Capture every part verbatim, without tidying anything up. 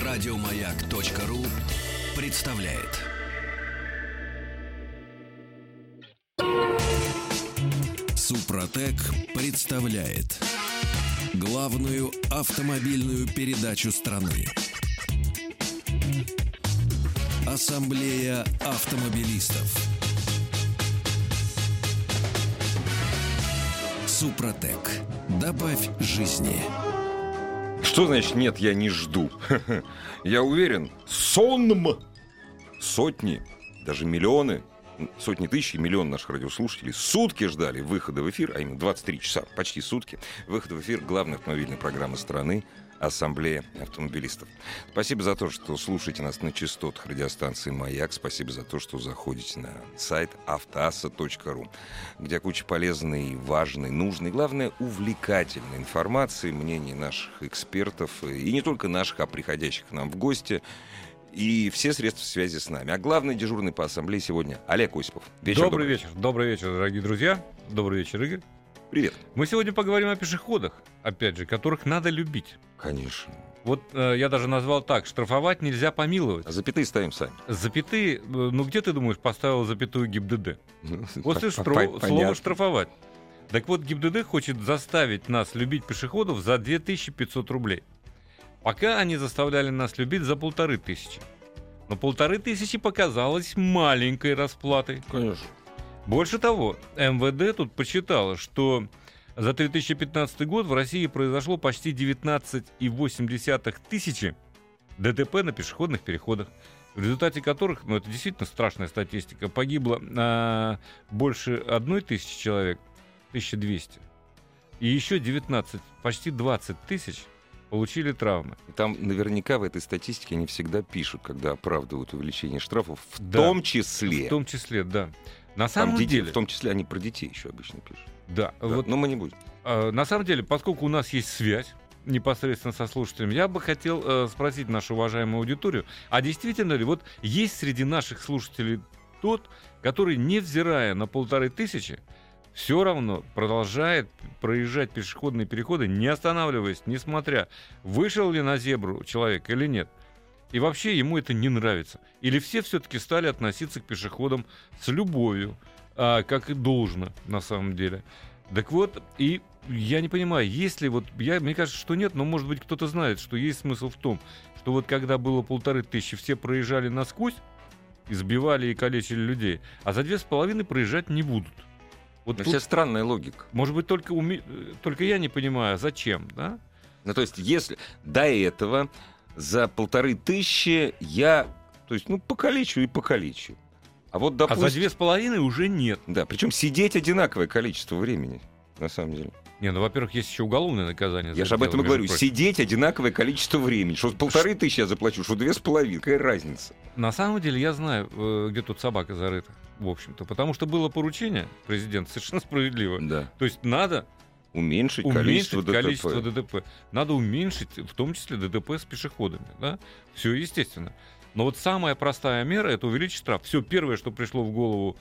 Радиомаяк.ру представляет. Супротек представляет главную автомобильную передачу страны. Ассамблея автомобилистов. Супротек. Добавь жизни. Что значит «нет, я не жду»? Я уверен, сонм, сотни, даже миллионы, сотни тысяч и миллион наших радиослушателей сутки ждали выхода в эфир, а именно двадцать три часа, почти сутки, выхода в эфир главной автомобильной программы страны «Ассамблея автомобилистов». Спасибо за то, что слушаете нас на частотах радиостанции «Маяк». Спасибо за то, что заходите на сайт автоасса точка ру, где куча полезной, важной, нужной, главное, увлекательной информации, мнений наших экспертов, и не только наших, а приходящих к нам в гости, и все средства связи с нами. А главный дежурный по ассамблее сегодня Олег Осипов. Вечер добрый, добрый вечер. Добрый вечер, дорогие друзья. Добрый вечер, Игорь. Привет. Мы сегодня поговорим о пешеходах, опять же, которых надо любить. Конечно. Вот э, я даже назвал так: штрафовать нельзя помиловать. А запятые ставим сами. Запятые, э, ну где, ты думаешь, поставил запятую ГИБДД? После слова «штрафовать». Так вот, ГИБДД хочет заставить нас любить пешеходов за две тысячи пятьсот рублей. Пока они заставляли нас любить за полторы тысячи. Но полторы тысячи показалось маленькой расплатой. Конечно. Больше того, МВД тут посчитало, что за две тысячи пятнадцатый год в России произошло почти девятнадцать целых восемь десятых тысячи ДТП на пешеходных переходах, в результате которых, ну это действительно страшная статистика, погибло а, больше одной тысячи человек, тысяча двести, и еще девятнадцать, почти двадцать тысяч получили травмы. Там наверняка в этой статистике они всегда пишут, когда оправдывают увеличение штрафов, в да, том числе. В том числе, да. На самом Там деле, детей, в том числе они про детей еще обычно пишут. Да, да вот, но мы не будем. Э, на самом деле, поскольку у нас есть связь непосредственно со слушателем, я бы хотел э, спросить нашу уважаемую аудиторию, а действительно ли вот есть среди наших слушателей тот, который, невзирая на полторы тысячи, все равно продолжает проезжать пешеходные переходы, не останавливаясь, несмотря, вышел ли на зебру человек или нет. И вообще ему это не нравится. Или все все-таки стали относиться к пешеходам с любовью, а, как и должно на самом деле. Так вот, и я не понимаю, есть ли вот, я, мне кажется, что нет, но может быть кто-то знает, что есть смысл в том, что вот когда было полторы тысячи, все проезжали насквозь, избивали и калечили людей, а за две с половиной проезжать не будут. Вот тут, вся странная логика. Может быть, только, уме... только я не понимаю, зачем, да? Ну, то есть, если до этого за полторы тысячи я, то есть, ну, покалечу и покалечу. А вот, допустим... А за две с половиной уже нет. Да, причем сидеть одинаковое количество времени, на самом деле. Не, ну, во-первых, есть еще уголовное наказание. Я же об этом и говорю. Прочим. Сидеть одинаковое количество времени. Что полторы тысячи я заплачу, что две с половиной. Какая разница? На самом деле, я знаю, где тут собака зарыта, в общем-то. Потому что было поручение президента, совершенно справедливо. Да. То есть надо уменьшить, уменьшить количество, количество ДТП. ДТП. Надо уменьшить, в том числе, ДТП с пешеходами. Да? Все естественно. Но вот самая простая мера — это увеличить штраф. Все первое, что пришло в голову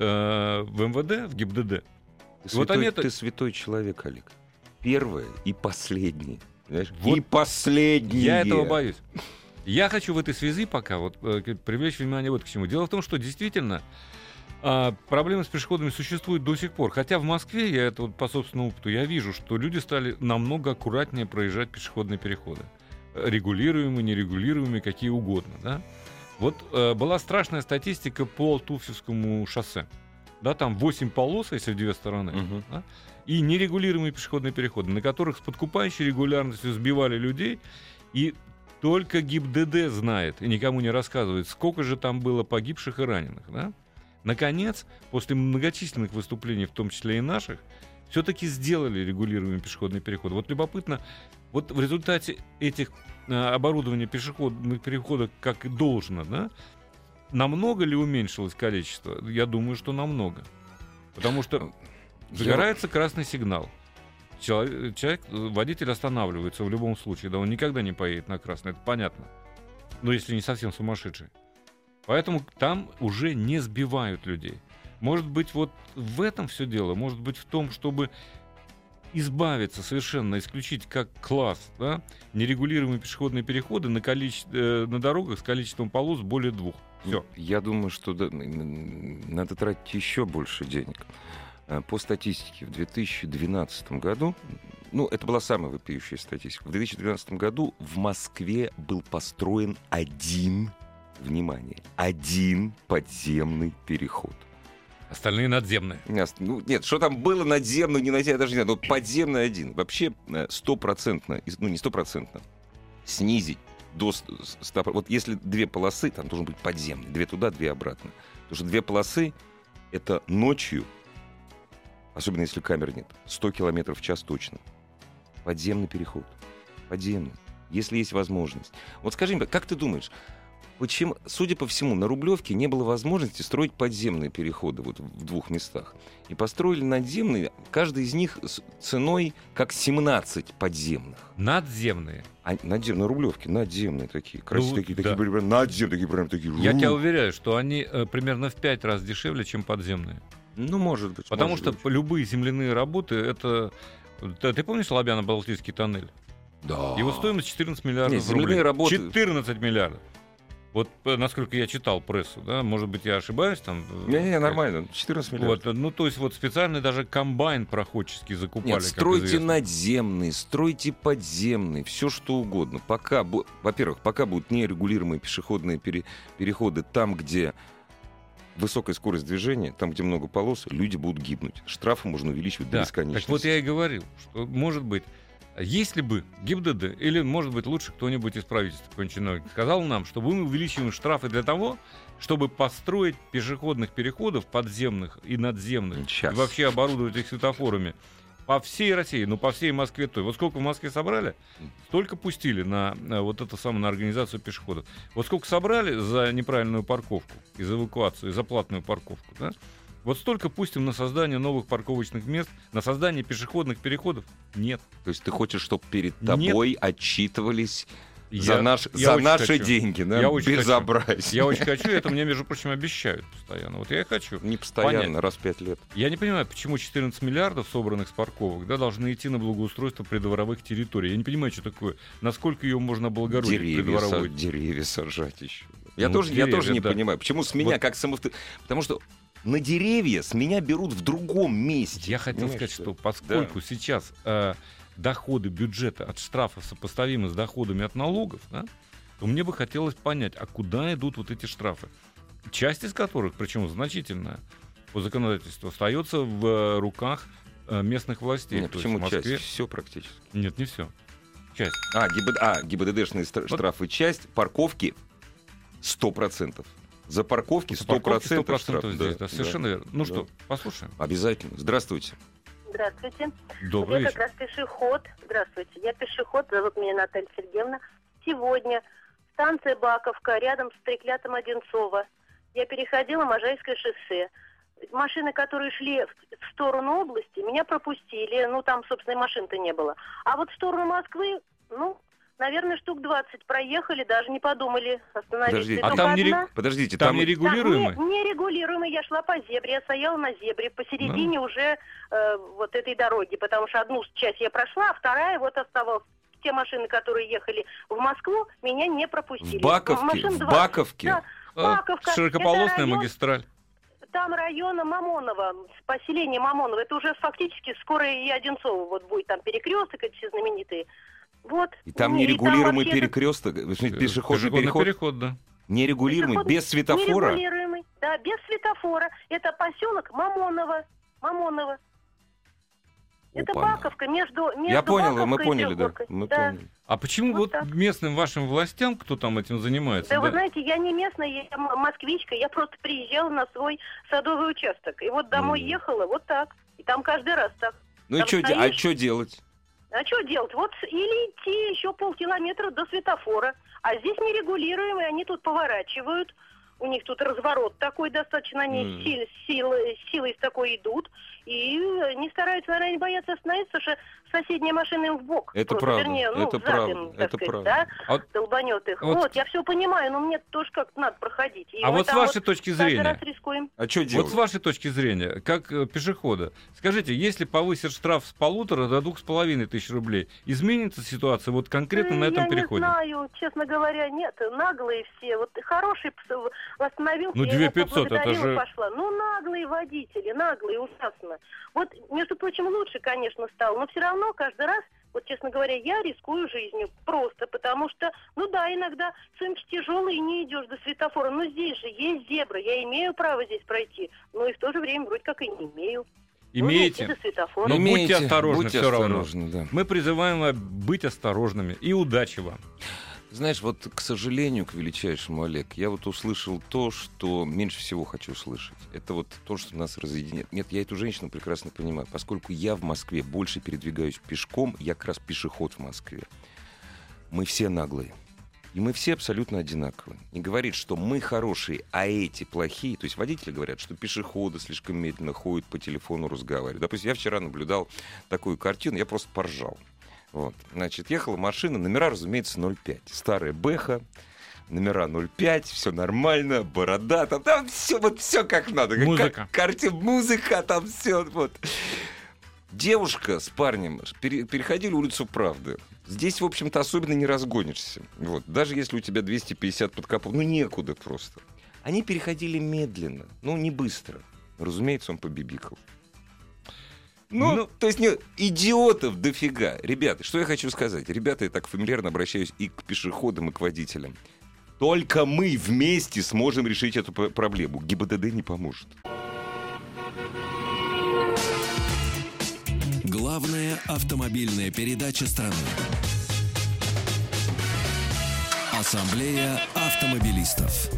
э, в МВД, в ГИБДД. Ты, вот святой, это... ты святой человек, Олег. Первое и последнее. Вот и последнее. Я этого боюсь. Я хочу в этой связи пока вот, э, привлечь внимание вот к чему. Дело в том, что действительно э, проблемы с пешеходами существуют до сих пор. Хотя в Москве, я это вот по собственному опыту, я вижу, что люди стали намного аккуратнее проезжать пешеходные переходы. Регулируемые, нерегулируемые, какие угодно. Да? Вот э, была страшная статистика по Туфтевскому шоссе. Да, там восемь полос, если в две стороны, угу. да, и нерегулируемые пешеходные переходы, на которых с подкупающей регулярностью сбивали людей, и только ГИБДД знает и никому не рассказывает, сколько же там было погибших и раненых. Да? Наконец, после многочисленных выступлений, в том числе и наших, все-таки сделали регулируемые пешеходные переходы. Вот любопытно, вот в результате этих а, оборудования пешеходных переходов, как и должно, да, намного ли уменьшилось количество? Я думаю, что намного. Потому что загорается красный сигнал. Человек, человек, водитель останавливается в любом случае. Да, он никогда не поедет на красный, это понятно. Но если не совсем сумасшедший. Поэтому там уже не сбивают людей. Может быть, вот в этом все дело. Может быть, в том, чтобы избавиться совершенно, исключить как класс, да, нерегулируемые пешеходные переходы на, количе... э, на дорогах с количеством полос более двух. Все. Я думаю, что да, надо тратить еще больше денег. По статистике, в две тысячи двенадцатом году, ну, это была самая вопиющая статистика, в две тысячи двенадцатом году в Москве был построен один, внимание, один подземный переход. Остальные надземные. Ну, нет, что там было надземно, не надземно, даже не знаю, но подземный один. Вообще стопроцентно, ну не стопроцентно, снизить до ста. Вот если две полосы, там должен быть подземный, две туда, две обратно. Потому что две полосы — это ночью, особенно если камер нет, сто километров в час точно. Подземный переход. Подземный. Если есть возможность. Вот скажи мне, как ты думаешь, почему, судя по всему, на Рублевке не было возможности строить подземные переходы вот в двух местах. И построили надземные, каждый из них с ценой как семнадцать подземных. Надземные. А, надземные, на Рублевке, надземные такие. Красивые, Ну, такие, да. такие, прям, надземные, такие, прям такие. Я тебя уверяю, что они э, примерно в пять раз дешевле, чем подземные. Ну, может быть. Потому может что быть. любые земляные работы, это... Ты, ты помнишь Лобяно-Балтийский тоннель? Да. Его стоимость четырнадцать миллиардов Нет, земляные рублей. работы- четырнадцать миллиардов. Вот э, насколько я читал прессу, да, может быть, я ошибаюсь там. э, Не-не, нормально, четырнадцать миллиардов. Вот, ну, то есть вот специальный даже комбайн проходческий закупали. Нет, как стройте известно. надземный, стройте подземный, все что угодно. Пока, бу- во-первых, пока будут нерегулируемые пешеходные пере- переходы там, где высокая скорость движения, там, где много полос, люди будут гибнуть. Штрафы можно увеличивать до Да, бесконечности. так вот я и говорил, что, может быть, если бы ГИБДД, или, может быть, лучше кто-нибудь из правительства, какой-нибудь чиновник, сказал нам, что мы увеличиваем штрафы для того, чтобы построить пешеходных переходов подземных и надземных, Сейчас. и вообще оборудовать их светофорами по всей России, ну, по всей Москве. То. Вот сколько в Москве собрали, столько пустили на, на вот это самое, на организацию пешеходов. Вот сколько собрали за неправильную парковку, и за эвакуацию, и за платную парковку, да? Вот столько пустим на создание новых парковочных мест, на создание пешеходных переходов. Нет. То есть ты хочешь, чтобы перед Нет. тобой отчитывались Я- за, наш, я за очень наши хочу. деньги, да? Я очень Безобразие. Я очень хочу, это мне, между прочим, обещают постоянно. Вот я и хочу. Не постоянно, понять. раз в пять лет. Я не понимаю, почему четырнадцать миллиардов, собранных с парковок, да, должны идти на благоустройство придворовых территорий. Я не понимаю, что такое, насколько ее можно облагородить Деревья, придворовой. са- деревья сажать еще. Я, Ну, тоже, я деревья, тоже не да. понимаю, почему с меня Вот. как самовто... Потому что на деревья с меня берут в другом месте. Я хотел Понимаешь, сказать, что поскольку сейчас э, доходы бюджета от штрафов сопоставимы с доходами от налогов, да, то мне бы хотелось понять, а куда идут вот эти штрафы? Часть из которых, причем значительная, по законодательству, остается в э, руках э, местных властей. Нет, То есть почему в Москве... часть? Все практически. Нет, не все. Часть. А, ГИБД, а ГИБДДшные стра- Вот. штрафы часть, парковки сто процентов. За парковки По сто парковке процентов сто штраф. процентов здесь, да, Да, совершенно да. верно. Ну Да. что, послушаем. Обязательно. Здравствуйте. Здравствуйте. Добрый я вечер. как раз пешеход. Здравствуйте. Я пешеход, зовут меня Наталья Сергеевна. Сегодня станция Баковка, рядом с треклятым Одинцово. Я переходила Можайское шоссе. Машины, которые шли в, в сторону области, меня пропустили. Ну, там, собственно, и машин-то не было. А вот в сторону Москвы, ну, наверное, штук двадцать проехали, даже не подумали остановиться. Подождите. И А только там не ре- одна- Подождите, Там там... нерегулируемый? Там не- нерегулируемый. Я шла по зебре, я стояла на зебре, посередине уже э, вот этой дороги, потому что одну часть я прошла, а вторая вот оставалась. Те машины, которые ехали в Москву, меня не пропустили. В Баковке? Машин В двадцать. Баковке? Да, А, Баковка. Широкополосная Это район- магистраль. Там района Мамонова, поселение Мамонова. Это уже фактически скоро и Одинцово вот будет. Там перекресток, эти все знаменитые. Вот. И там И нерегулируемый вообще-то перекресток, в смысле, Э, пешеходный переход, переход, да. нерегулируемый, пешеход без светофора. Нерегулируемый, да, без светофора. Это поселок Мамоново. Мамоново. Это Опа-на. Баковка между, между Я понял, Баковкой мы и поняли, да. Трехгоркой. Мы Да. поняли. А почему Вот вот, так. местным вашим властям, кто там этим занимается, Да, да, вы знаете, я не местная, я м- москвичка, я просто приезжала на свой садовый участок. И вот домой Мгм. ехала, вот так. И там каждый раз так. Ну и Там что, а стоишь- что делать? А что делать? Вот или идти еще полкилометра до светофора. А здесь нерегулируемые, они тут поворачивают. У них тут разворот такой достаточно, они Мгм. сил- силой, силой с такой идут. И не стараются, наверное, не боятся остановиться, потому что соседняя машина им в бок. Это просто, правда, вернее, ну, это в правда, запин, так это сказать, правда. да, А вот- долбанет их. вот- Вот, я все понимаю, но мне тоже как-то надо проходить. И А мы вот с там вашей точки каждый зрения, раз рискуем. А что вот делать? с вашей точки зрения, как э, пешехода, скажите, если повысят штраф с полутора до двух с половиной тысяч рублей, изменится ситуация вот конкретно Э, на этом я переходе? не знаю, честно говоря, нет, наглые все. Вот хороший пс- остановился, Ну, я две его пятьсот, это поблагодарила, же- пошла. Ну, наглые водители, наглые, ужасно. Вот, между прочим, лучше, конечно, стало, но все равно каждый раз, вот, честно говоря, я рискую жизнью. Просто потому что, ну да, иногда сумки тяжелые, и не идешь до светофора. Но здесь же есть зебра, я имею право здесь пройти, но и в то же время вроде как и не имею. Имеете? Ну, не идти до светофора. Ну, будьте осторожны, будьте всё равно. осторожны, да. Мы призываем вас быть осторожными. И удачи вам. Знаешь, вот, к сожалению, к величайшему, Олег, я вот услышал то, что меньше всего хочу слышать. Это вот то, что нас разъединяет. Нет, я эту женщину прекрасно понимаю. Поскольку я в Москве больше передвигаюсь пешком, я как раз пешеход в Москве. Мы все наглые. И мы все абсолютно одинаковые. Не говорит, что мы хорошие, а эти плохие. То есть водители говорят, что пешеходы слишком медленно ходят по телефону, разговаривают. Допустим, я вчера наблюдал такую картину, я просто поржал. Вот. Значит, ехала машина, номера, разумеется, ноль пять. Старая Бэха, номера ноль пять, все нормально, борода, там, там все, вот все как надо. Музыка. Карте, музыка, там все, вот. Девушка с парнем пере- переходили улицу Правды. Здесь, в общем-то, особенно не разгонишься. Вот. Даже если у тебя двести пятьдесят под капотом, ну некуда просто. Они переходили медленно, ну не быстро. Разумеется, он побибикал. Ну, Ну, то есть, не, идиотов дофига. Ребята, что я хочу сказать? Ребята, я так фамильярно обращаюсь и к пешеходам, и к водителям. Только мы вместе сможем решить эту п- проблему. ГИБДД не поможет. Главная автомобильная передача страны. Ассамблея автомобилистов.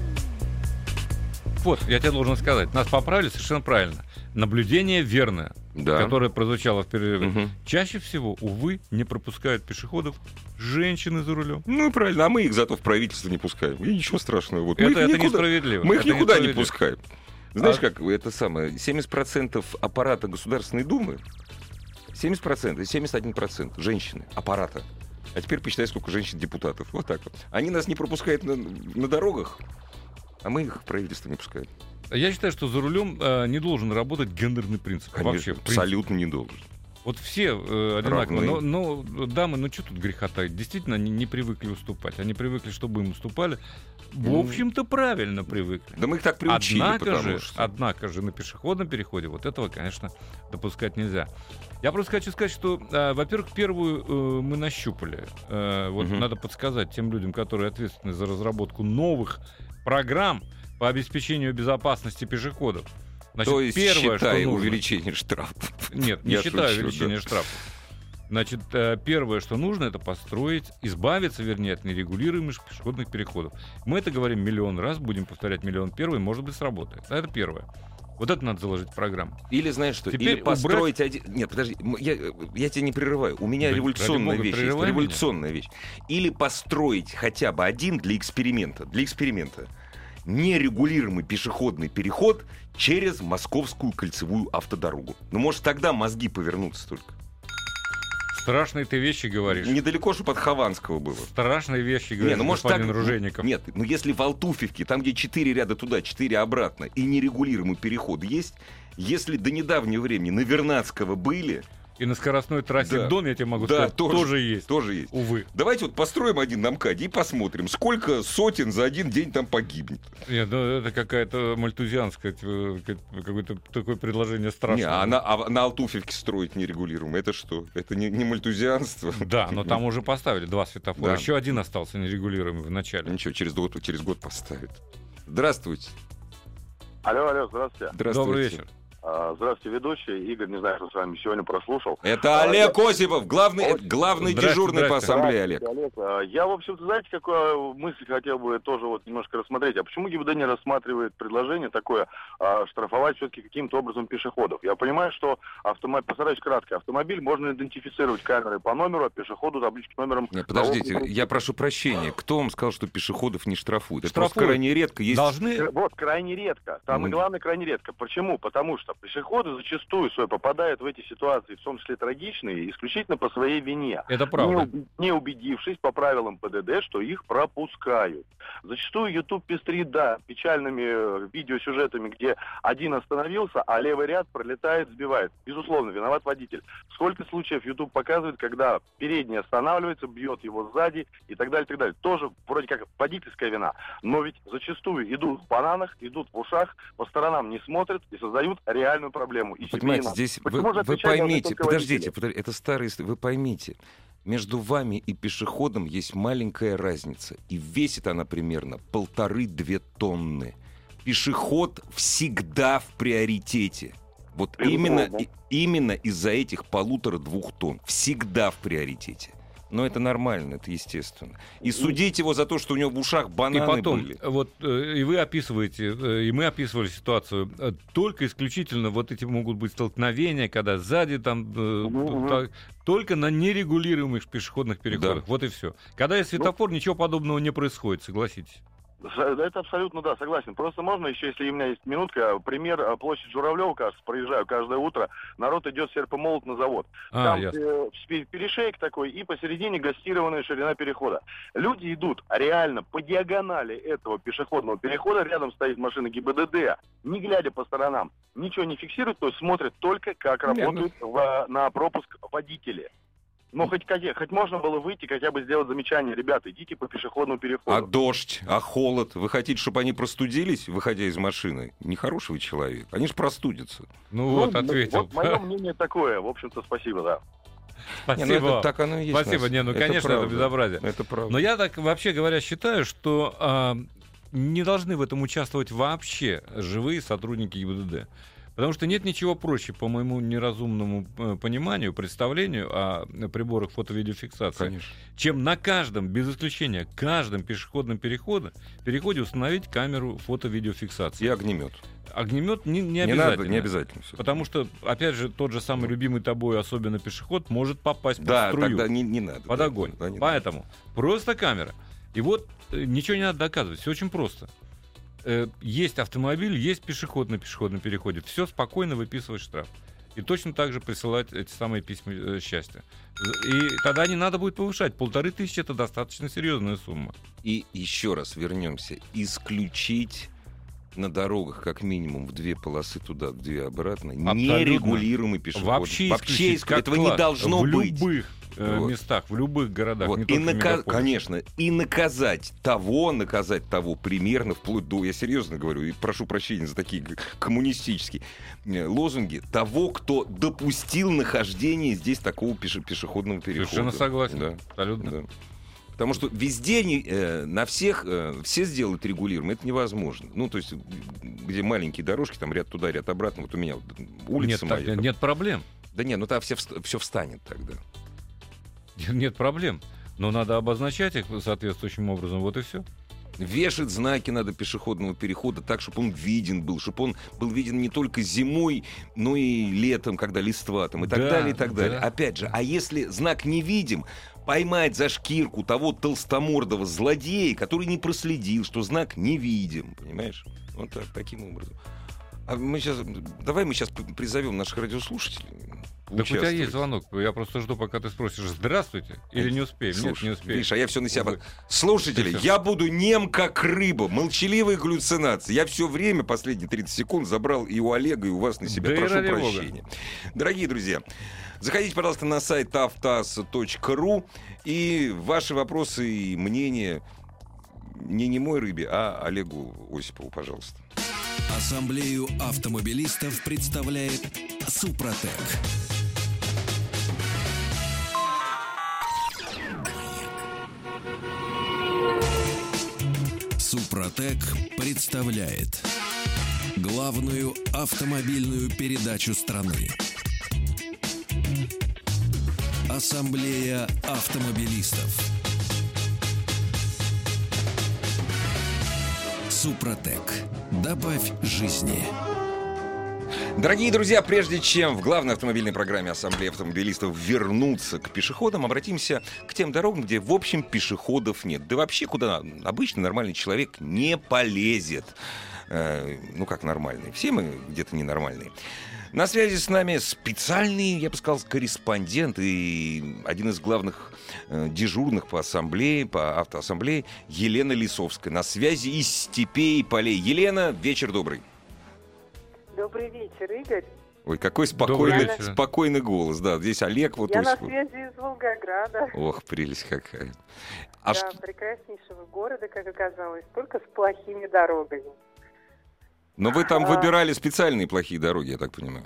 Вот, я тебе должен сказать, нас поправили совершенно правильно. Наблюдение верное, Да. которое прозвучало в перерыве. Мгм. Чаще всего, увы, не пропускают пешеходов женщины за рулем. Ну и правильно, а мы их зато в правительство не пускаем. И ничего страшного. Вот. Мы Это, их это никуда- несправедливо. Мы их Это никуда не несправедливо. пускаем. Знаешь, А- как это самое, семьдесят процентов аппарата Государственной Думы, семьдесят процентов, семьдесят один процент женщины аппарата. А теперь посчитай, сколько женщин-депутатов. Вот так вот. Они нас не пропускают на, на дорогах, а мы их в правительство не пускаем. Я считаю, что за рулем э, не должен работать гендерный принцип. Конечно, Вообще, в принципе. абсолютно не должен. Вот все э, одинаково. Равны. Но, но дамы, ну что тут греха таить? Действительно, они не привыкли уступать. Они привыкли, чтобы им уступали. В Ну, общем-то, правильно привыкли. Да мы их так приучили, Однако потому же, что... однако же на пешеходном переходе вот этого, конечно, допускать нельзя. Я просто хочу сказать, что, э, во-первых, первую э, мы нащупали. Э, вот Мгм. надо подсказать тем людям, которые ответственны за разработку новых программ по обеспечению безопасности пешеходов. Значит, То есть, первое, считай, что нужно... увеличение штрафов. Нет, не Я считаю шучу, увеличение да. штрафов. Значит, э, первое, что нужно, это построить, избавиться, вернее, от нерегулируемых пешеходных переходов. Мы это говорим миллион раз, будем повторять миллион первый, может быть, сработает. Это первое. Вот это надо заложить в программу. Или знаешь что? Теперь Или построить один... Нет, подожди, м- я, я тебя не прерываю. У меня Да, революционная ради бога, вещь есть. прерывай меня. Революционная вещь. Или построить хотя бы один для эксперимента. Для эксперимента. Нерегулируемый пешеходный переход через Московскую кольцевую автодорогу. Ну, может, тогда мозги повернутся только. Страшные ты вещи говоришь. Недалеко, чтобы от Хованского было. Страшные вещи Не, говорит ну может господин так... Ружейников. Нет, ну если в Алтуфьевке, там где четыре ряда туда, четыре обратно, и нерегулируемый переход есть, если до недавнего времени на Вернадского были, И на скоростной трассе Да. Дон, я тебе могу Да, сказать, тоже. тоже есть. тоже есть. Увы. Давайте вот построим один на МКАДе и посмотрим, сколько сотен за один день там погибнет. Нет, ну это какая-то мальтузианская, э, как- какое-то такое предложение страшное. Не, а на, а на Алтуфьевке строить нерегулируемо, это что? Это не, не мальтузианство? Да, но там уже поставили два светофора. Да. Еще один остался нерегулируемый в начале. Ничего, через год, через год поставят. Здравствуйте. Алло, алло, здравствуйте. Здравствуйте. Добрый вечер. А, Здравствуйте, ведущий. Игорь, не знаю, что с вами сегодня прослушал. Это А, Олег Осипов, главный, Очень- главный Здрасте, дежурный по здрасте. ассамблее, Олег. Олег, а, Я, в общем-то, знаете, какую мысль хотел бы тоже вот немножко рассмотреть. А почему ГИБДД не рассматривает предложение такое, а, штрафовать все-таки каким-то образом пешеходов? Я понимаю, что автомобиль, постараюсь кратко, автомобиль можно идентифицировать камерой по номеру, а пешеходу таблички номером... Нет, подождите, того- я прошу прощения. Кто вам сказал, что пешеходов не штрафуют? Это Штрафуют. просто крайне редко есть... Должны... Вот, крайне редко. Самое Ну. главное, крайне редко. Почему? Потому что пешеходы зачастую свой попадают в эти ситуации, в том числе трагичные, исключительно по своей вине. Это правда. Не, не убедившись по правилам ПДД, что их пропускают. Зачастую YouTube пестрит, да, печальными видеосюжетами, где один остановился, а левый ряд пролетает, сбивает. Безусловно, виноват водитель. Сколько случаев YouTube показывает, когда передний останавливается, бьет его сзади и так далее, и так далее. Тоже вроде как водительская вина. Но ведь зачастую идут в бананах, идут в ушах, по сторонам не смотрят и создают реальную проблему. И Понимаете, здесь вы, вы поймите, подождите, подождите, это старый, вы поймите, между вами и пешеходом есть маленькая разница, и весит она примерно полторы-две тонны. Пешеход всегда в приоритете. Вот именно, и, именно из-за этих полутора-двух тонн. Всегда в приоритете. Но это нормально, это естественно. И судить его за то, что у него в ушах бананы и потом, были. Вот э, и вы описываете, э, и мы описывали ситуацию. Э, только исключительно вот эти могут быть столкновения, когда сзади там э, угу. так, только на нерегулируемых пешеходных переходах. Да. Вот и все. Когда есть светофор, ну, ничего подобного не происходит, согласитесь. Это абсолютно, да, согласен. Просто можно еще, если у меня есть минутка, пример, площадь Журавлева, кажется, проезжаю каждое утро, народ идет серпомолот на завод. А, там э, перешеек такой, и посередине гастированная ширина перехода. Люди идут реально по диагонали этого пешеходного перехода, рядом стоит машина ГИБДД, не глядя по сторонам, ничего не фиксируют, то есть смотрят только, как работают не, ну... в, на пропуск водители. Ну, хоть, хоть можно было выйти, хотя бы сделать замечание. Ребята, идите по пешеходному переходу. А дождь, а холод? Вы хотите, чтобы они простудились, выходя из машины? Нехороший вы человек. Они же простудятся. Ну, ну вот, ответил. Вот мое мнение такое. В общем-то, спасибо, да. Спасибо. Не, ну это, так оно и есть. Спасибо. Не, ну, это конечно, правда. Это безобразие. Это правда. Но я так, вообще говоря, считаю, что а, не должны в этом участвовать вообще живые сотрудники ГИБДД. Потому что нет ничего проще, по моему неразумному э, пониманию, представлению о приборах фото-видеофиксации, Конечно. чем на каждом, без исключения, каждом пешеходном переходе, переходе установить камеру фото-видеофиксации. И огнемет. Огнемет не, не, не обязательно. Надо, не обязательно. Потому что, опять же, тот же самый любимый тобой, особенно пешеход, может попасть да, под струю. Да, тогда не, не надо. Под да, огонь. Да, не Поэтому надо. просто камера. И вот э, ничего не надо доказывать, все очень просто. Есть автомобиль, есть пешеход на пешеходном переходе. Все спокойно выписывать штраф. И точно так же присылать эти самые письма э, счастья. И тогда не надо будет повышать. Полторы тысячи — это достаточно серьезная сумма. И еще раз вернемся. Исключить на дорогах как минимум в две полосы туда, в две обратно. Нерегулируемый пешеход. Вообще, Вообще исключить. Этого класс. Не должно в быть. В любых вот. местах, в любых городах. Вот. Не и нака... Конечно. И наказать того, наказать того примерно вплоть до, я серьезно говорю, и прошу прощения за такие коммунистические лозунги, того, кто допустил нахождение здесь такого пеше... пешеходного перехода. Совершенно согласен. Да. Абсолютно. Да. Потому что везде не, э, на всех э, все сделают регулируемо, это невозможно. Ну, то есть, где маленькие дорожки, там ряд туда, ряд обратно, вот у меня вот, улица нет, моя. Так, нет проблем. Да нет, ну там все, все встанет тогда. Нет проблем. Но надо обозначать их соответствующим образом, вот и все. Вешать знаки надо пешеходного перехода так, чтобы он виден был, чтобы он был виден не только зимой, но и летом, когда листва там, и так да, далее, и так да. далее. Опять же, а если знак не видим, поймать за шкирку того толстомордого злодея, который не проследил, что знак не видим, понимаешь? Вот так, таким образом. А мы сейчас, давай мы сейчас призовем наших радиослушателей. Так у тебя есть звонок, я просто жду, пока ты спросишь, здравствуйте, или не успеем? Слушай, Нет, не успеем. Видишь, а я все на себя... Увы. Слушатели, я буду нем как рыба, молчаливые галлюцинации. Я все время, последние тридцать секунд, забрал и у Олега, и у вас на себя. Да прошу прощения. Бога. Дорогие друзья, заходите, пожалуйста, на сайт автоаз точка ру, и ваши вопросы и мнения не немой рыбе, а Олегу Осипову, пожалуйста. Ассамблею автомобилистов представляет Супротек. Супротек представляет главную автомобильную передачу страны. Ассамблея автомобилистов. Супротек. Добавь жизни. Дорогие друзья, прежде чем в главной автомобильной программе Ассамблеи автомобилистов вернуться к пешеходам, обратимся к тем дорогам, где, в общем, пешеходов нет. Да вообще, куда обычно нормальный человек не полезет. э, ну как нормальные. Все мы где-то ненормальные. На связи с нами специальный, я бы сказал, корреспондент и один из главных э, дежурных по ассамблее, по автоассамблее Елена Лисовская. На связи из степей и полей. Елена, вечер добрый. Добрый вечер, Игорь. Ой, какой спокойный, вечер. спокойный голос. Да, здесь Олег. Вот Я ось- на связи из Волгограда. Ох, прелесть какая. А Да, что... прекраснейшего города, как оказалось, только с плохими дорогами. Но вы там А. выбирали специальные плохие дороги, я так понимаю.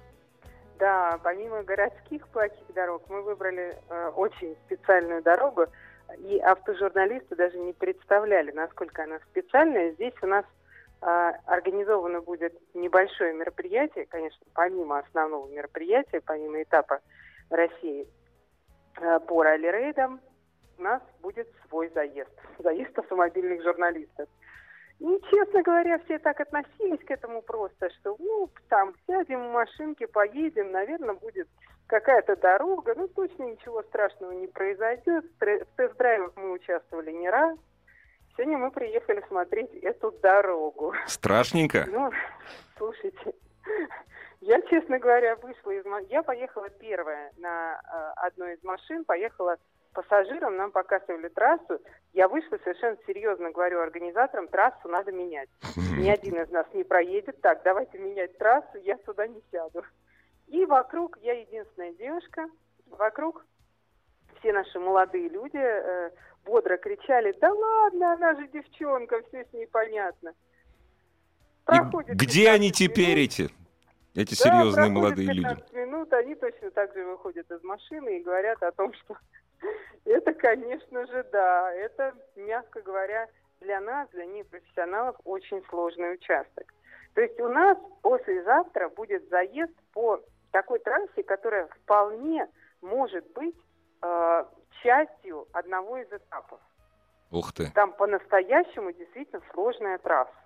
Да, помимо городских плохих дорог, мы выбрали э, очень специальную дорогу, и автожурналисты даже не представляли, насколько она специальная. Здесь у нас э, организовано будет небольшое мероприятие, конечно, помимо основного мероприятия, помимо этапа России э, по ралли-рейдам, у нас будет свой заезд, заезд автомобильных журналистов. И, честно говоря, все так относились к этому просто, что, ну, там, сядем в машинке, поедем, наверное, будет какая-то дорога, ну, точно ничего страшного не произойдет. В тест-драйвах мы участвовали не раз. Сегодня мы приехали смотреть эту дорогу. Страшненько? Ну, слушайте, я, честно говоря, вышла из... Я поехала первая на э, одной из машин, поехала пассажирам, нам показывали трассу. Я вышла, совершенно серьезно говорю организаторам, трассу надо менять. Ни один из нас не проедет. Так, давайте менять трассу, я сюда не сяду. И вокруг, я единственная девушка, вокруг все наши молодые люди э, бодро кричали: да ладно, она же девчонка, все с ней понятно. И где они теперь, минут, эти? Эти да, серьезные молодые люди. пятнадцать минут, они точно так же выходят из машины и говорят о том, что это, конечно же, да, это, мягко говоря, для нас, для непрофессионалов, очень сложный участок. То есть у нас послезавтра будет заезд по такой трассе, которая вполне может быть э, частью одного из этапов. Ух ты. Там по-настоящему действительно сложная трасса.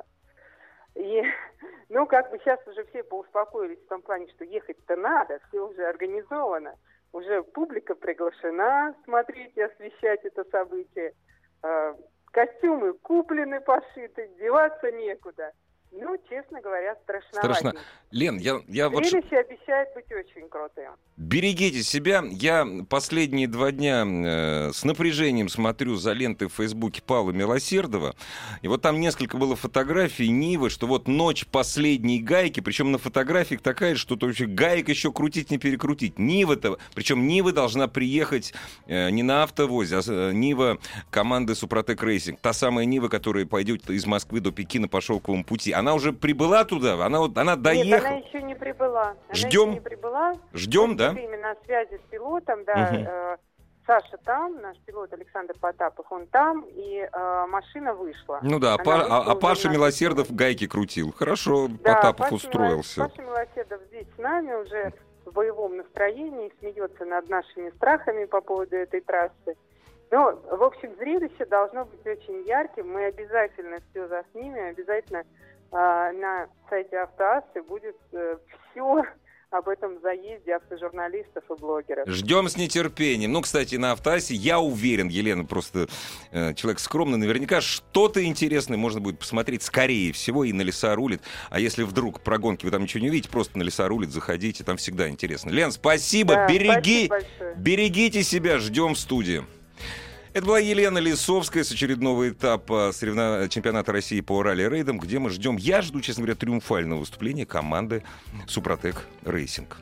И, ну, как бы сейчас уже все поуспокоились в том плане, что ехать-то надо, все уже организовано. Уже публика приглашена смотреть и освещать это событие. Э, костюмы куплены, пошиты, деваться некуда. Ну, честно говоря, страшновато. Страшно. Лен, я, я вот... Зрелище обещает быть очень крутым. Берегите себя. Я последние два дня э, с напряжением смотрю за лентой в Фейсбуке Павла Милосердова. И вот там несколько было фотографий Нивы, что вот ночь последней гайки, причем на фотографиях такая, что то вообще гаек еще крутить не перекрутить. Нива-то, причем Нива должна приехать э, не на автовозе, а э, Нива команды Супротек Рейсинг. Та самая Нива, которая пойдет из Москвы до Пекина по шелковому пути. Она уже прибыла туда? Она, вот, она доехала? Нет, она еще не прибыла. Она Ждем? еще не прибыла. Ждем, да? Именно на связи с пилотом, да. Угу. Э, Саша там, наш пилот Александр Потапов, он там, и э, машина вышла. Ну да, а, Она а, а вышла Паша на- Милосердов гайки крутил. Хорошо, Да, Потапов Паша устроился. Мило- Паша Милосердов здесь с нами уже в боевом настроении, смеется над нашими страхами по поводу этой трассы. Ну, в общем, зрелище должно быть очень ярким. Мы обязательно все заснимем, обязательно э, на сайте Автоассы будет э, все об этом заезде автожурналистов и блогеров. Ждем с нетерпением. Ну, кстати, на Автоассе, я уверен, Елена просто э, человек скромный, наверняка что-то интересное можно будет посмотреть, скорее всего, и на Леса рулит. А если вдруг про гонки вы там ничего не увидите, просто на Леса рулит, заходите, там всегда интересно. Лен, спасибо, Да, береги, спасибо большое. берегите себя, ждем в студии. Это была Елена Лисовская с очередного этапа соревнов... чемпионата России по ралли-рейдам, где мы ждем, я жду, честно говоря, триумфального выступления команды Супротек Рейсинг.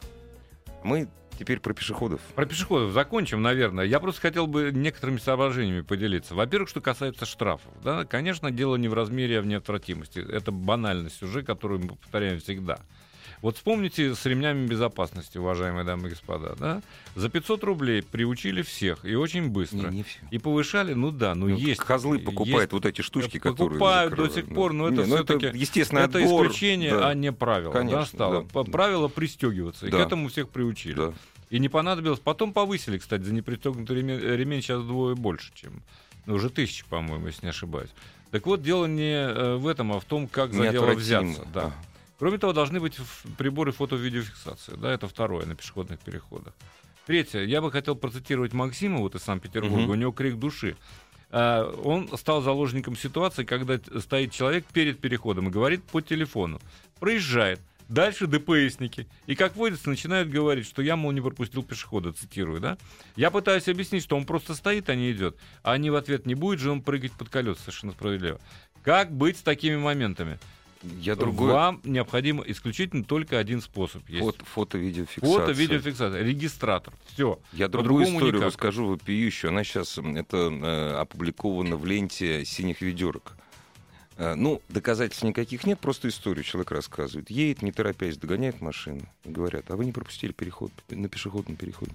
Мы теперь про пешеходов. Про пешеходов закончим, наверное. Я просто хотел бы некоторыми соображениями поделиться. Во-первых, что касается штрафов. Да, конечно, дело не в размере, а в неотвратимости. Это банальность уже, которую мы повторяем всегда. Вот вспомните с ремнями безопасности, уважаемые дамы и господа. Да? За пятьсот рублей приучили всех, и очень быстро. Не, не все. И повышали, ну да, ну, Ну, есть. козлы покупают есть, вот эти штучки, которые... покупают до закрывают, сих пор, но это Не, ну, все-таки... это, естественно, это отбор, исключение, да. а не правило. Конечно, Да, стало. да. По- Правило пристегиваться. И Да. к этому всех приучили. Да. И не понадобилось. Потом повысили, кстати, за непристегнутый ремень, ремень сейчас вдвое больше, чем... Ну, уже тысячи, по-моему, если не ошибаюсь. Так вот, дело не э, в этом, а в том, как за дело Неотвратимо. взяться. Да. А. Кроме того, должны быть ф- приборы фото-видеофиксации. Да, это второе на пешеходных переходах. Третье. Я бы хотел процитировать Максима вот из Санкт-Петербурга. Мгм. У него крик души. А, он стал заложником ситуации, когда стоит человек перед переходом и говорит по телефону. Проезжает. Дальше ДПСники. И, как водится, начинают говорить, что я, мол, не пропустил пешехода, цитирую, да? Я пытаюсь объяснить, что он просто стоит, а не идет. А они в ответ: не будет же он прыгать под колеса, совершенно справедливо. Как быть с такими моментами? Я другой... Вам необходимо исключительно только один способ. Есть. Фото, фото-видеофиксация. Фото-видеофиксация. Регистратор. Все. Я другую историю никак. расскажу вопиющую. Она сейчас это, э, опубликована в ленте «Синих ведерок». Э, ну, доказательств никаких нет, просто историю человек рассказывает. Едет, не торопясь, догоняет машину. И говорят: а вы не пропустили переход на пешеходном переходе.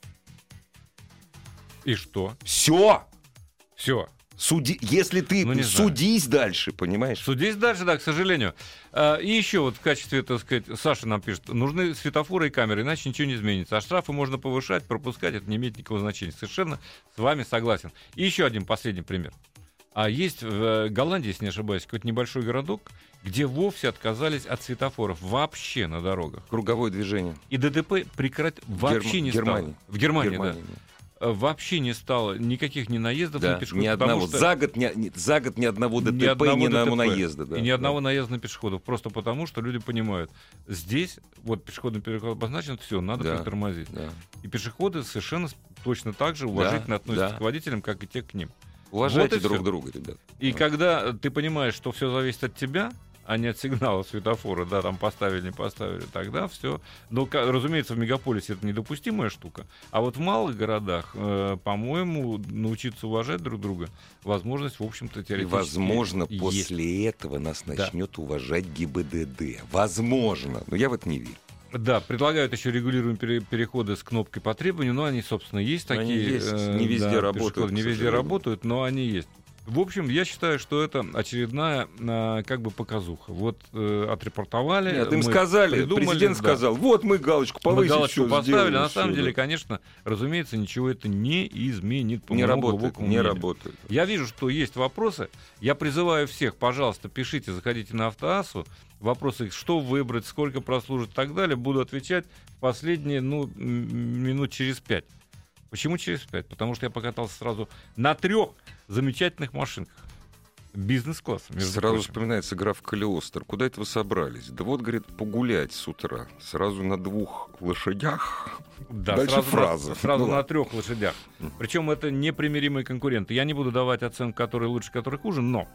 И что? Все! Все. Суди, если ты ну, судись знаю. дальше, понимаешь? Судись дальше, да, к сожалению. А, и еще вот в качестве, так сказать, Саша нам пишет: нужны светофоры и камеры, иначе ничего не изменится. А штрафы можно повышать, пропускать, это не имеет никакого значения. Совершенно с вами согласен. И еще один последний пример. А есть в Голландии, если не ошибаюсь, какой-то небольшой городок, где вовсе отказались от светофоров вообще на дорогах. Круговое движение. И ДТП прекратить вообще Герм... не Германии. стало. В Германии, Германии да. Вообще не стало никаких ни наездов, да, ни пешеходов. Ни одного. Что... За, год, ни, за год ни одного ДТП, ни одного ни ДТП, наезда. Да, и ни да. одного наезда на пешеходов. Просто потому, что люди понимают, здесь вот пешеходный переход обозначен, все, надо да, притормозить. Да. И пешеходы совершенно точно так же уважительно да, относятся да. к водителям, как и те к ним. Уважайте вот друг все. друга, ребят. И да. когда ты понимаешь, что все зависит от тебя, а не от сигнала светофора, да, там поставили, не поставили, тогда все. Но, разумеется, в мегаполисе это недопустимая штука. А вот в малых городах, э, по-моему, научиться уважать друг друга возможность, в общем-то, теоретически и, возможно, есть. после этого нас начнет да. уважать ГИБДД. Возможно. Но я в это не верю. Да, предлагают еще регулируемые пере- переходы с кнопкой по требованию, но они, собственно, есть но такие. Они есть. Э, не везде да, работают. Не везде работают, но они есть. В общем, я считаю, что это очередная э, как бы показуха. Вот э, отрепортовали. Нет, им сказали, президент да. сказал: вот мы галочку повысили, мы галочку поставили. Сделали, на самом все, деле, да. конечно, разумеется, ничего это не изменит. По не работает, не мнению. работает. Я вижу, что есть вопросы. Я призываю всех, пожалуйста, пишите, заходите на Автоассу. Вопросы, что выбрать, сколько прослужит и так далее, буду отвечать последние, ну, минут через пять. Почему через пять? Потому что я покатался сразу на трех замечательных машинках. Бизнес-класса, между Сразу прочим. вспоминается граф Калиостро. Куда это вы собрались? Да вот, говорит, погулять с утра. Сразу на двух лошадях. Да, дальше сразу фраза. На, сразу ну, на трех лошадях. Причем это непримиримые конкуренты. Я не буду давать оценку, который лучше, который хуже, но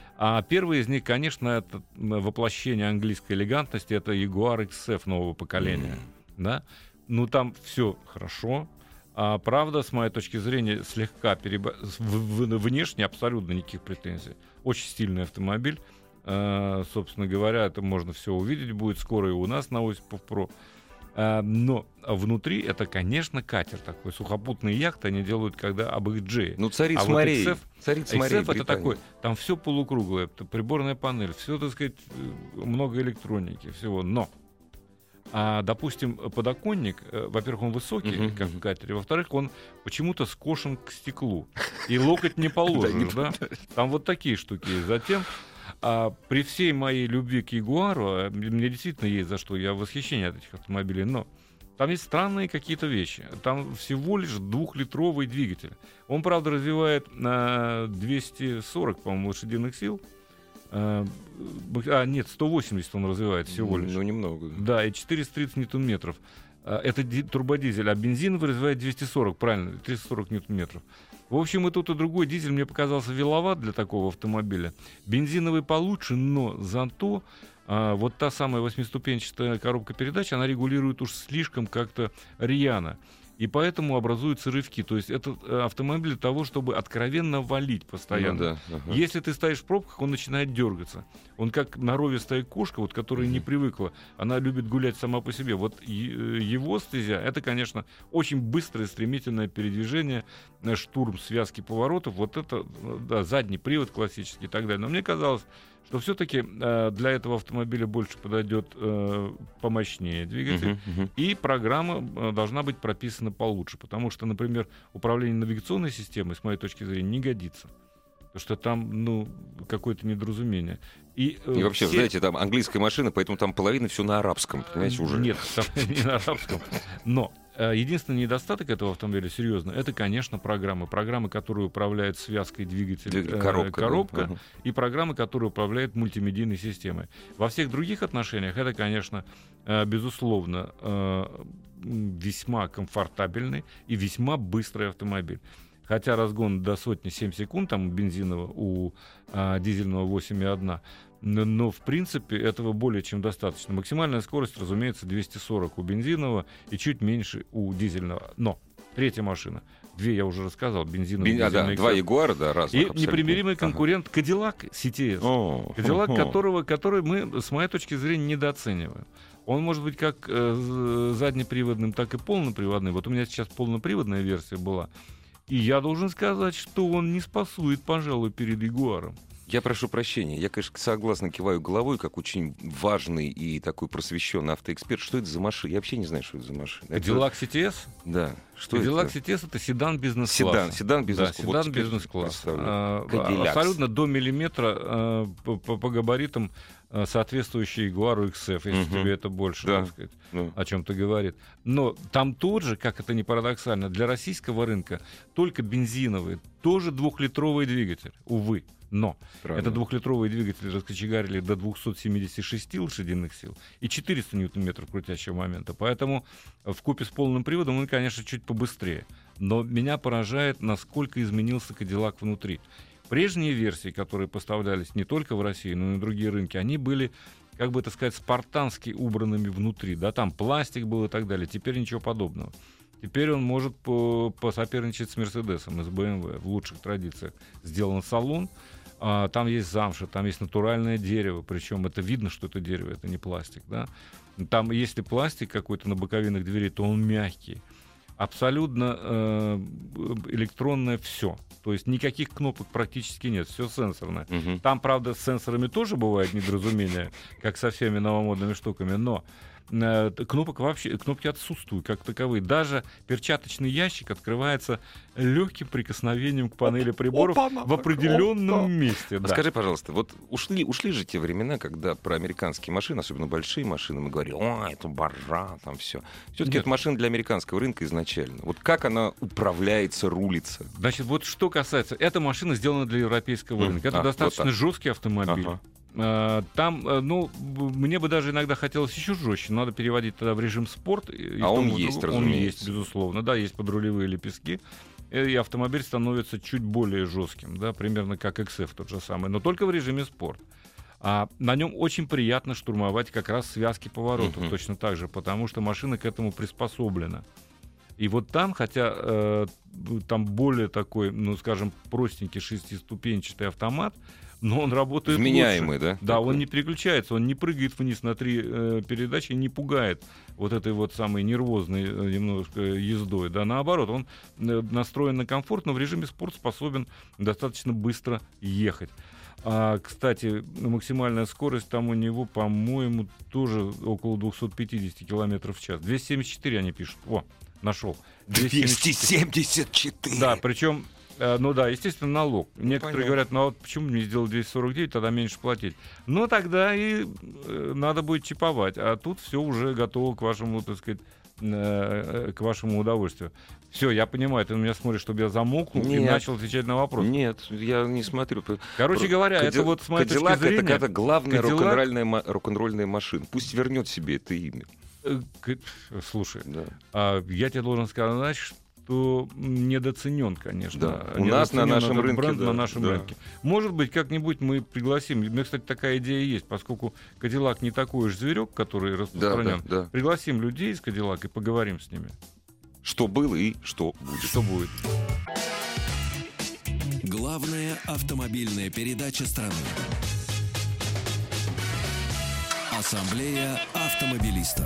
а первый из них, конечно, это воплощение английской элегантности. Это Jaguar икс эф нового поколения. Mm. Да? Ну, там все хорошо. А правда, с моей точки зрения, слегка переб... внешне абсолютно никаких претензий. Очень стильный автомобиль. А, собственно говоря, это можно все увидеть будет скоро и у нас на Осипов Про. А, но внутри это, конечно, катер такой. Сухопутные яхты они делают, когда об их джее. Ну, царица а морей. Вот икс эф, Царица морей, икс эф это такой, там все полукруглое, это приборная панель, все, так сказать, много электроники, всего. Но А, допустим, подоконник, э, во-первых, он высокий, uh-huh, как в катере, во-вторых, он почему-то скошен к стеклу, и локоть не положишь, да? Там вот такие штуки есть. Затем, а, при всей моей любви к Ягуару, мне действительно есть за что, я в восхищении от этих автомобилей, но там есть странные какие-то вещи. Там всего лишь двухлитровый двигатель. Он, правда, развивает на двести сорок, по-моему, лошадиных сил. А, нет, сто восемьдесят он развивает всего лишь. Ну, немного. Да, и четыреста тридцать ньютон-метров. Это ди- турбодизель, а бензиновый развивает двести сорок, правильно, триста сорок ньютон-метров. В общем, и тот, и другой дизель мне показался веловат для такого автомобиля. Бензиновый получше, но зато а, вот та самая восьмиступенчатая коробка передач, она регулирует уж слишком как-то рьяно. И поэтому образуются рывки. То есть это автомобиль для того, чтобы откровенно валить постоянно. Ну, да, ага. Если ты стоишь в пробках, он начинает дергаться. Он как норовистая кошка, вот, которая uh-huh. не привыкла. Она любит гулять сама по себе. Вот его стезя — это, конечно, очень быстрое, стремительное передвижение, штурм связки поворотов. Вот это, да, задний привод классический и так далее. Но мне казалось, что все-таки э, для этого автомобиля больше подойдет э, помощнее двигатель, uh-huh, uh-huh. и программа э, должна быть прописана получше, потому что, например, управление навигационной системой, с моей точки зрения, не годится. То Потому что там, ну, какое-то недоразумение. И, И вообще, все... знаете, там английская машина, поэтому там половина все на арабском, понимаете, уже. Нет, там не на арабском. Но э, единственный недостаток этого автомобиля, серьезно, это, конечно, программы. Программы, которые управляют связкой двигателя, Двиг- коробка, э, коробка да. и программы, которые управляют мультимедийной системой. Во всех других отношениях это, конечно, э, безусловно, э, весьма комфортабельный и весьма быстрый автомобиль. Хотя разгон до сотни семь секунд, там у бензинового, у а, дизельного восемь и одна, но, но в принципе этого более чем достаточно. Максимальная скорость, разумеется, двести сорок у бензинового и чуть меньше у дизельного. Но третья машина, две я уже рассказал, бензиновый, Бен... а, да, два Ягуара, да, разных и абсолютно. непримиримый конкурент ага. Cadillac си ти эс. О, Cadillac, о, которого, который мы, с моей точки зрения, недооцениваем. Он может быть как э, заднеприводным, так и полноприводным. Вот у меня сейчас полноприводная версия была. И я должен сказать, что он не спасует, пожалуй, перед Ягуаром. Я прошу прощения, я, конечно, согласно киваю головой, как очень важный и такой просвещенный автоэксперт. Что это за машина? Я вообще не знаю, что это за машина. Cadillac си ти эс? Да. Что Cadillac это? си ти эс — это седан бизнес-класса. Седан, седан бизнес-класса. Да, седан вот бизнес-класса. А, Cadillac. абсолютно до миллиметра а, по, по, по габаритам а, соответствующий Ягуару икс эф, если Мгм. тебе это больше, Да. так сказать, Ну. о чем-то говорит. Но там тот же, как это ни парадоксально, для российского рынка только бензиновый, тоже двухлитровый двигатель, увы. Но Странно. это двухлитровые двигатели раскочегарили до двухсот семидесяти шести лошадиных сил и четыреста ньютон-метров крутящего момента. Поэтому вкупе с полным приводом он, конечно, чуть побыстрее. Но меня поражает, насколько изменился Cadillac внутри. Прежние версии, которые поставлялись не только в Россию, но и на другие рынки, они были, как бы это сказать, спартански убранными внутри. Да, там пластик был и так далее. Теперь ничего подобного. Теперь он может по- посоперничать с Мерседесом и с бэ эм вэ в лучших традициях. Сделан салон, а, там есть замша, там есть натуральное дерево, причем это видно, что это дерево, это не пластик. Да? Там, если пластик какой-то на боковинах дверей, то он мягкий. Абсолютно э, электронное все. То есть никаких кнопок практически нет, все сенсорное. Мгм. Там, правда, с сенсорами тоже бывает недоразумение, как со всеми новомодными штуками, но э, кнопок вообще, кнопки отсутствуют как таковые. Даже перчаточный ящик открывается легким прикосновением к панели приборов в определенном месте. А Да. скажи, пожалуйста, вот ушли, ушли же те времена, когда про американские машины, особенно большие машины, мы говорили, о, это боржа, там все. Все-таки Нет. это машина для американского рынка изначально. Вот как она управляется, рулится? Значит, вот что касается, эта машина сделана для европейского М, рынка. Это а, достаточно вот так. жесткий автомобиль. Ага. А, Там, э, ну, б- мне бы даже иногда хотелось еще жестче. Надо переводить тогда в режим спорт. и- и А в том, он и в есть, другом. Он разумеется. есть, безусловно. Да, есть подрулевые лепестки. И автомобиль становится чуть более жестким, да, примерно как икс эф тот же самый, но только в режиме спорт. А на нем очень приятно штурмовать как раз связки поворотов, Мгм. точно так же, потому что машина к этому приспособлена. И вот там, хотя э, там более такой, ну, скажем, простенький шестиступенчатый автомат, но он работает Вменяемый, лучше. да? Да, Такой? он не переключается, он не прыгает вниз на три э, передачи и не пугает вот этой вот самой нервозной э, немножко ездой. Да, наоборот, он э, настроен на комфорт, но в режиме спорт способен достаточно быстро ехать. А, кстати, максимальная скорость там у него, по-моему, тоже около двести пятьдесят километров в час. двести семьдесят четыре они пишут. О, нашел. двести семьдесят четыре. Да, причем, э, ну да, естественно, налог. Некоторые понятно. говорят, ну а вот почему мне сделали двести сорок девять, тогда меньше платить. Ну тогда и э, надо будет чиповать. А тут все уже готово к вашему, так сказать, э, к вашему удовольствию. Все, я понимаю, ты на меня смотришь, чтобы я замолкнул и Нет. начал отвечать на вопрос. Нет, я не смотрю. Короче Про- говоря, Кади- это вот с моей Кадиллак точки зрения... это какая-то главная Кадиллак- рок-н-ролльная, ма- рок-н-ролльная машина. Пусть вернет себе это имя. э, к- Слушай, Да. а, я тебе должен сказать, что недооценен, конечно. Да. У нас на Недооценен нашем этот рынке, бренд да, на нашем да. рынке. Может быть, как-нибудь мы пригласим. У меня, кстати, такая идея есть, поскольку Cadillac не такой уж зверек, который Да, распространен. да, да. Пригласим людей из Cadillac и поговорим с ними. Что было и что будет. Что будет? Главная автомобильная передача страны. Ассамблея автомобилистов.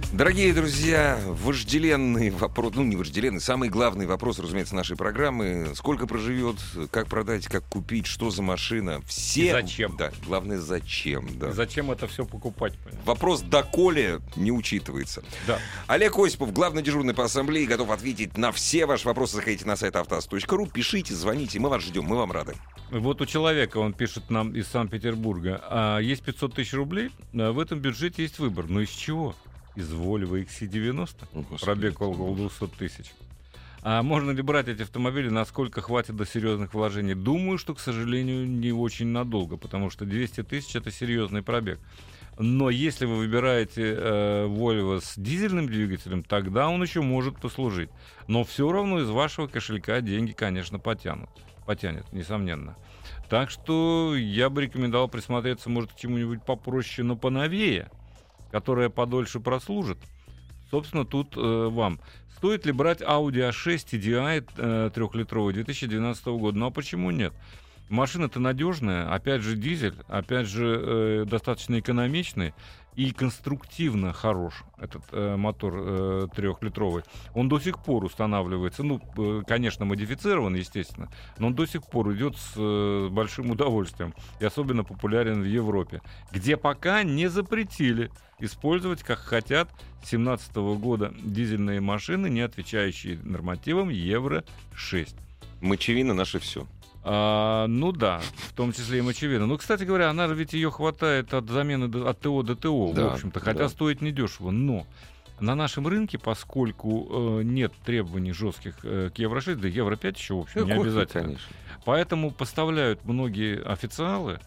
Дорогие друзья, вожделенный вопрос, ну не вожделенный, самый главный вопрос, разумеется, нашей программы. Сколько проживет, как продать, как купить, что за машина. Все... И зачем? Да, главное, зачем. Да. И зачем это все покупать? Понятно? Вопрос доколе не учитывается. Да. Олег Осипов, главный дежурный по ассамблее, готов ответить на все ваши вопросы. Заходите на сайт автоаз точка ру, пишите, звоните, мы вас ждем, мы вам рады. Вот у человека, он пишет нам из Санкт-Петербурга, а есть пятьсот тысяч рублей, а в этом бюджете есть выбор. Но из чего? Из Volvo икс си девяносто, О, Господи. пробег около двухсот тысяч. А можно ли брать эти автомобили, насколько хватит до серьезных вложений? Думаю, что, к сожалению, не очень надолго, потому что двести тысяч — это серьезный пробег. Но если вы выбираете э, Volvo с дизельным двигателем, тогда он еще может послужить. Но все равно из вашего кошелька деньги, конечно, потянут. Потянет, несомненно. Так что я бы рекомендовал присмотреться, может, к чему-нибудь попроще, но поновее, которая подольше прослужит. Собственно, тут э, вам. Стоит ли брать Audi а шесть ти ди ай э, трехлитровый две тысячи двенадцатого года? Ну а почему нет? Машина-то надежная, опять же дизель, опять же э, достаточно экономичный и конструктивно хорош этот э, мотор э, трехлитровый. Он до сих пор устанавливается, ну, э, конечно, модифицирован, естественно, но он до сих пор идет с э, большим удовольствием и особенно популярен в Европе, где пока не запретили использовать, как хотят, с две тысячи семнадцатого года дизельные машины, не отвечающие нормативам евро шесть. Мочевина наше все. А, ну да, в том числе и мочевина. Ну, кстати говоря, она же ведь ее хватает от замены до- от ТО до ТО, Да, в общем-то, хотя да. стоит недешево. Но на нашем рынке, поскольку э, нет требований жестких э, к евро шесть, да евро пять еще, в общем, не обязательно. Конечно. Поэтому поставляют многие официалы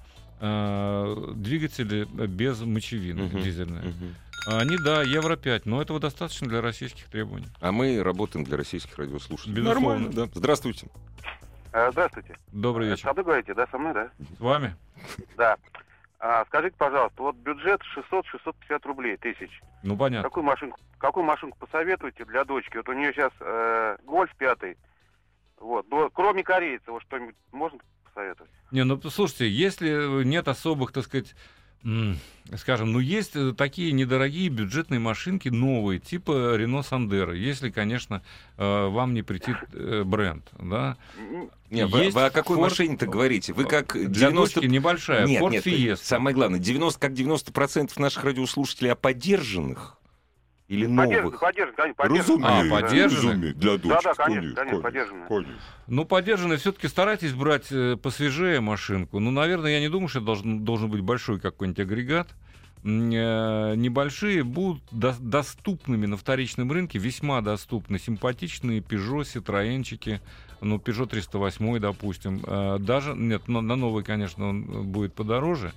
э, двигатели без мочевины Мгм, дизельные. мгм. Они, да, евро пять, но этого достаточно для российских требований. А мы работаем для российских радиослушателей. Безусловно. Нормально, да. Здравствуйте. Э, Здравствуйте. Добрый Э, вечер. Сады говорите, да, со мной, да? С вами? Да. А, скажите, пожалуйста, вот бюджет шестьсот — шестьсот пятьдесят рублей, тысяч. Ну, понятно. Какую машинку, какую машинку посоветуете для дочки? Вот у нее сейчас э, Гольф пятый. Вот. Но кроме корейца, вот что-нибудь можно посоветовать? Не, ну слушайте, если нет особых, так сказать, м, скажем, ну есть э, такие недорогие бюджетные машинки новые, типа Renault Sandero, если, конечно, э, вам не претит э, бренд, да. М, Не, вы, Есть вы о какой Ford- машине-то говорите? Вы как Для девяносто... дочки небольшая, Нет, Ford нет, Fiesta. самое главное, девяносто, как девяносто процентов наших радиослушателей о поддержанных или Поддержанный, новых? поддержанный, конечно, поддержанный. А, поддержанный? разумеется, для дочки, Да, да, конечно, конечно, поддержанный. Ну, поддержанные все-таки старайтесь брать э, посвежее машинку. Ну, наверное, я не думаю, что это должен, должен быть большой какой-нибудь агрегат. М, э, Небольшие будут до- доступными на вторичном рынке, весьма доступны. Симпатичные Peugeot, Citroёнчики, ну, Peugeot триста восемь, допустим. Э, Даже, нет, на, на новый, конечно, он будет подороже.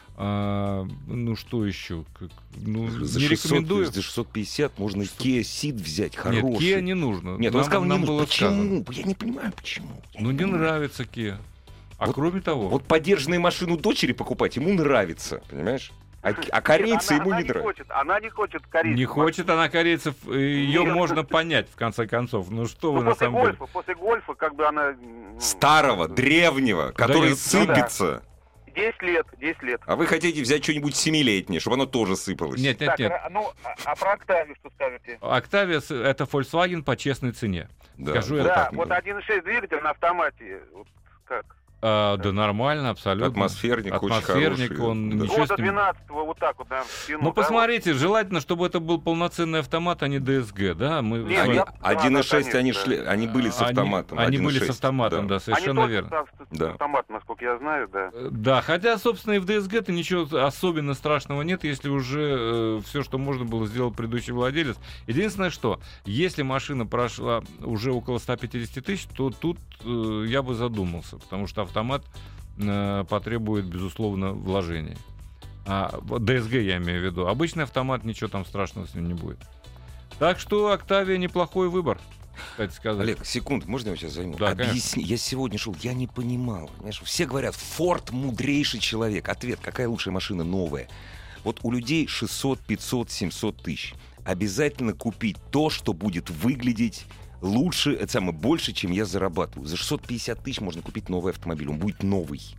А, ну, что еще? Как- ну, За не шестьсот, рекомендую. за шестьсот пятьдесят можно Kia Ceed взять, хороший. Нет, Kia не нужно. Нет, он Нам- сказал, не нам нужно. было сказано. Почему? Я не понимаю, почему. Я Ну, не понимаю. нравится Kia. А Вот- кроме того... Вот поддержанную машину дочери покупать ему нравится, понимаешь? А, а корейцы Она- ему она не нравятся. хочет, она не хочет корейцев. Не хочет она корейцев, ее Нет. можно понять, в конце концов. Ну что Ну, вы на после самом деле. гольфа, после гольфа, как бы она... м, Старого, древнего, который нет, сыпется. десять лет, десять лет. А вы хотите взять что-нибудь семилетнее, чтобы оно тоже сыпалось. Нет, нет, Так, нет. а, ну, а, а про Октавию что скажете? Octavia с- это Volkswagen по честной цене. Да. Скажу я Да, так. вот один и шесть двигатель на автомате. Вот как? А, да нормально, абсолютно. Атмосферник, очень Атмосферник, хороший. он Да. ничего с Года ним- двенадцатого вот так вот, наверное, стянул, Ну, да, посмотрите, желательно, чтобы это был полноценный автомат, а не ди эс джи, да? Мы Нет, с вами- я- один и шесть да, они, конечно, шли, да. они были с Они- автоматом. Они, один и были с шесть, автоматом, да, вот. Они совершенно тоже верно. с- с- с Да. автоматом, насколько я знаю, да. Э, Да, хотя, собственно, и в ди эс джи-то ничего особенно страшного нет, если уже все, что можно было, сделал предыдущий владелец. Единственное, что, если машина прошла уже около ста пятидесяти тысяч, то тут э, я бы задумался, потому что автомат э, потребует, безусловно, вложений. А, вот ди эс джи я имею в виду. Обычный автомат, ничего там страшного с ним не будет. Так что Octavia неплохой выбор, кстати сказать. Олег, секунду, можно я сейчас займу? Да, Объясни. Я сегодня шел, я не понимал. Понимаешь? Все говорят, Форд мудрейший человек. Ответ, какая лучшая машина новая? Вот у людей шестьсот, пятьсот, семьсот тысяч. Обязательно купить то, что будет выглядеть лучше, это самое, больше, чем я зарабатываю. За шестьсот пятьдесят тысяч можно купить новый автомобиль, он будет новый.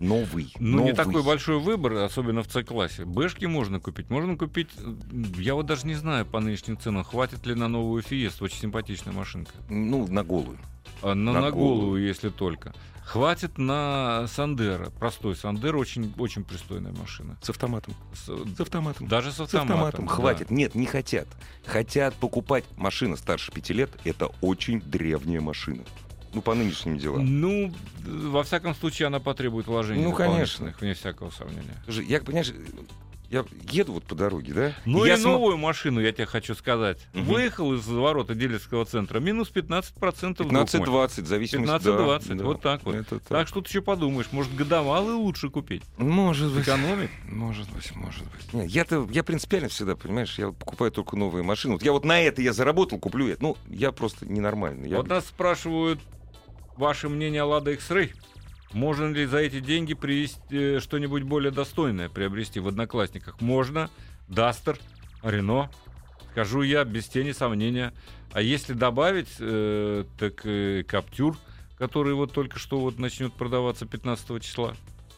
Новый. Ну, новый. не такой большой выбор, особенно в С-классе. Бэшки можно купить. Можно купить, я вот даже не знаю по нынешним ценам, хватит ли на новую Фиесту. Очень симпатичная машинка. Ну, на голую. На, на, на голову, голову, если только. Хватит на Сандеро. Простой Сандеро, очень, очень пристойная машина. С автоматом. С, С автоматом. Даже с С автоматом. автоматом. Да. Хватит. Нет, не хотят. Хотят покупать машину старше пяти лет. Это очень древняя машина. Ну, по нынешним делам. Ну, во всяком случае, она потребует вложений. Ну, дополнительных, вне всякого сомнения. Слушай, я, понимаешь, я еду вот по дороге, да? Ну я и см... новую машину, я тебе хочу сказать. Угу. Выехал из ворота дилерского центра, минус пятнадцать процентов. пятнадцать-двадцать, в зависимости. пятнадцать-двадцать, да, вот да. так вот. Это так. Так что тут еще подумаешь, может, годовалый лучше купить? Может быть. Экономить? Может быть, может быть. Нет, я-то, я принципиально всегда, понимаешь, я покупаю только новые машины. Вот я вот на это я заработал, куплю это. Ну, я просто ненормальный. Я... Вот нас спрашивают ваше мнение о Lada X-Ray. Можно ли за эти деньги привести что-нибудь более достойное, приобрести в Одноклассниках? Можно. Дастер, Рено. Скажу я, без тени сомнения. А если добавить, э, так э, Каптюр, который вот только что вот начнет продаваться пятнадцатого числа.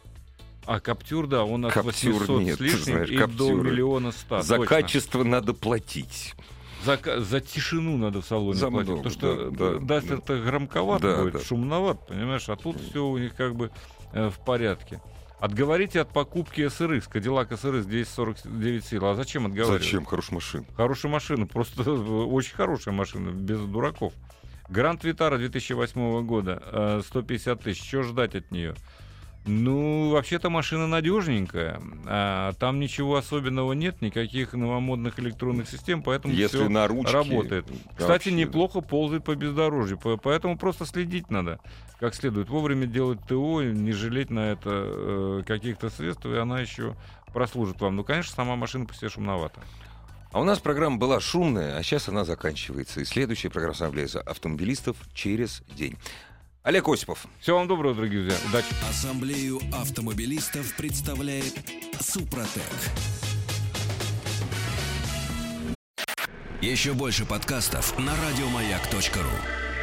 А Каптюр, да, он от Каптюр восьмисот нет, с лишним знаешь, и Каптюр. до миллиона ста. За точно. качество надо платить. За, за тишину надо в салоне За платить, много, потому что да, да, Дастер-то громковат да, будет, да. шумноват, понимаешь, а тут все у них как бы э, в порядке. Отговорите от покупки эс эр икс, Cadillac эс эр икс двести сорок девять сил. А зачем отговаривать? Зачем? Хорошая машина. Хорошая машина, просто очень хорошая машина, без дураков. Гранд Витара две тысячи восьмого года, э, сто пятьдесят тысяч, что ждать от нее? Ну, вообще-то машина надежненькая, а там ничего особенного нет, никаких новомодных электронных систем, поэтому Если все на ручке, работает. да, Кстати, вообще, неплохо ползает по бездорожью, по- поэтому просто следить надо как следует, вовремя делать ТО, не жалеть на это э, каких-то средств, и она еще прослужит вам. Ну, конечно, сама машина по себе шумновата. А у нас программа была шумная, а сейчас она заканчивается. И следующая программа Ассамблея автомобилистов через день. Олег Осипов. Всего вам доброго, дорогие друзья. Удачи. Ассамблею автомобилистов представляет Супротек. Еще больше подкастов на радиомаяк точка ру.